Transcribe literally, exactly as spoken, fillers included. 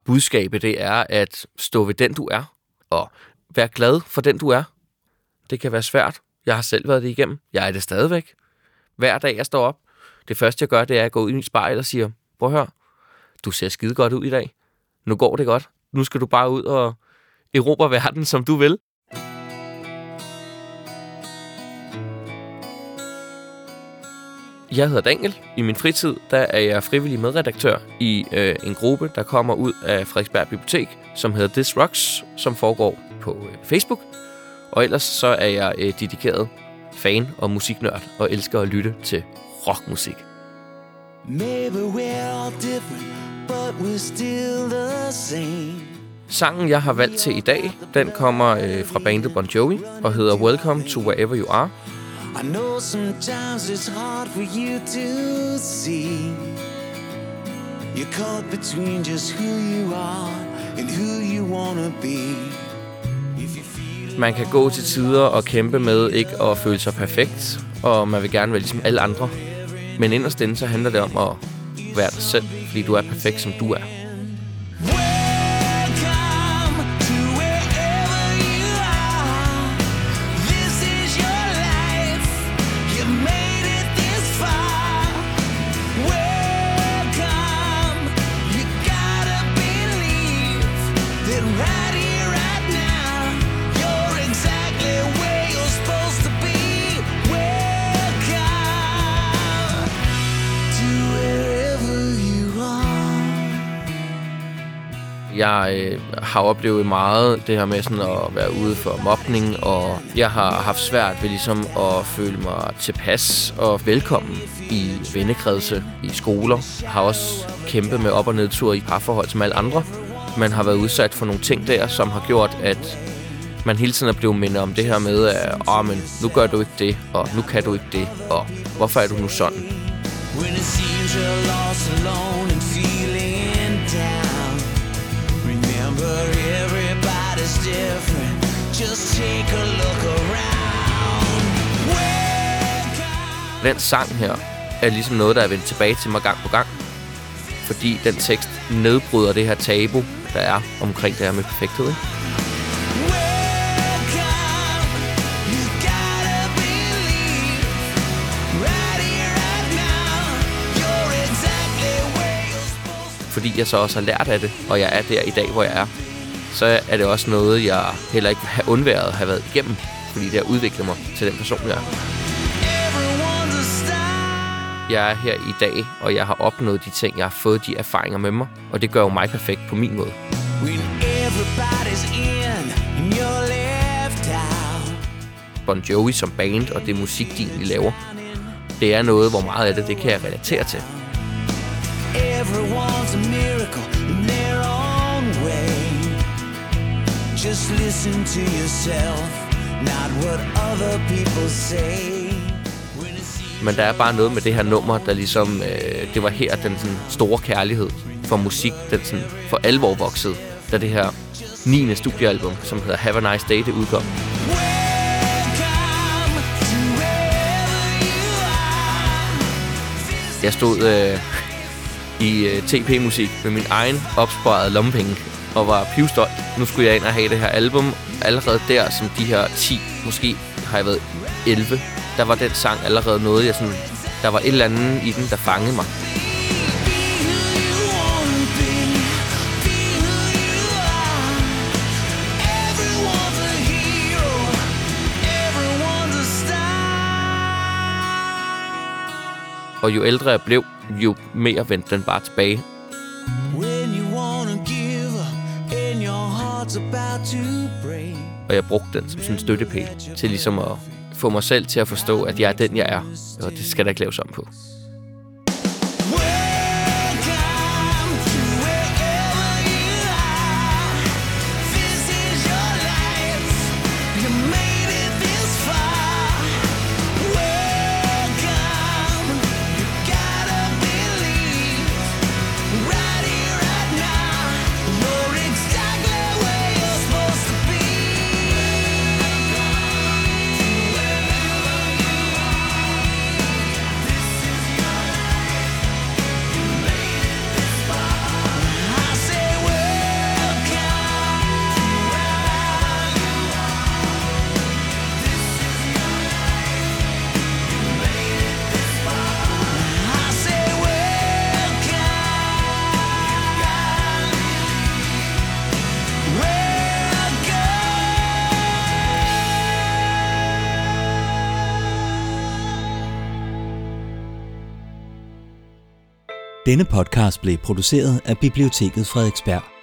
budskabet, det er at stå ved den, du er, og være glad for den, du er. Det kan være svært. Jeg har selv været det igennem. Jeg er det stadigvæk. Hver dag, jeg står op. Det første, jeg gør, det er at gå ud i mit spejl og siger, prøv at høre, du ser skide godt ud i dag. Nu går det godt. Nu skal du bare ud og erobre verden, som du vil. Jeg hedder Daniel. I min fritid der er jeg frivillig medredaktør i øh, en gruppe, der kommer ud af Frederiksberg Bibliotek, som hedder This Rocks, som foregår på øh, Facebook. Og ellers så er jeg øh, dedikeret fan og musiknørd og elsker at lytte til rockmusik. Maybe we're all different, but we're still the same. Sangen, jeg har valgt til i dag, den kommer øh, fra bandet Bon Jovi og hedder Welcome to Wherever You Are. I know sometimes it's hard for you to see. You're caught between just who you are and who you wanna be. Man kan gå til tider og kæmpe med ikke at føle sig perfekt, og man vil gerne være ligesom alle andre. Men inderst inde, så handler det om at være dig selv, fordi du er perfekt, som du er. Jeg øh, har oplevet meget det her med sådan at være ude for mobning, og jeg har haft svært ved ligesom at føle mig tilpas og velkommen i vennekredse, i skoler. Jeg har også kæmpet med op- og nedtur i parforhold som alle andre. Man har været udsat for nogle ting der, som har gjort, at man hele tiden er blevet mindet om det her med, at oh, men nu gør du ikke det, og nu kan du ikke det, og hvorfor er du nu sådan? When it seems you're lost alone and feeling down. Remember, everybody's different. Just take a look around. Den sang her er ligesom noget, der er vendt tilbage til mig gang på gang. Fordi den tekst nedbryder det her tabu, der er omkring det her med perfekthed, ikke? Fordi jeg så også har lært af det, og jeg er der i dag, hvor jeg er, så er det også noget, jeg heller ikke har undværet at have været igennem, fordi det har udviklet mig til den person, jeg er. Jeg er her i dag, og jeg har opnået de ting, jeg har fået de erfaringer med mig, og det gør jo mig perfekt på min måde. Bon Jovi som band og det musik, de egentlig laver, det er noget, hvor meget af det, det kan jeg relatere til. Everyone's a miracle in their own way. Just listen to yourself, not what other people say. Men der er bare noget med det her nummer, der ligesom, øh, det var her, den sådan, store kærlighed for musik, den sådan, for alvor voksede, da det her niende studiealbum, som hedder Have a Nice Day, det udkom. Jeg stod øh, i uh, T P-musik med min egen opsparede lommepenge og var pivstolt. Nu skulle jeg ind og have det her album. Allerede der, som de her ti, måske har jeg været elleve, der var den sang allerede noget, jeg sådan, der var et eller andet i den, der fangede mig. Og jo ældre jeg blev, jo mere vendte den bare tilbage. Og jeg brugte den som sådan en støttepæl til ligesom at få mig selv til at forstå, at jeg er den, jeg er. Og det skal der ikke laves om på. Denne podcast blev produceret af Biblioteket Frederiksberg.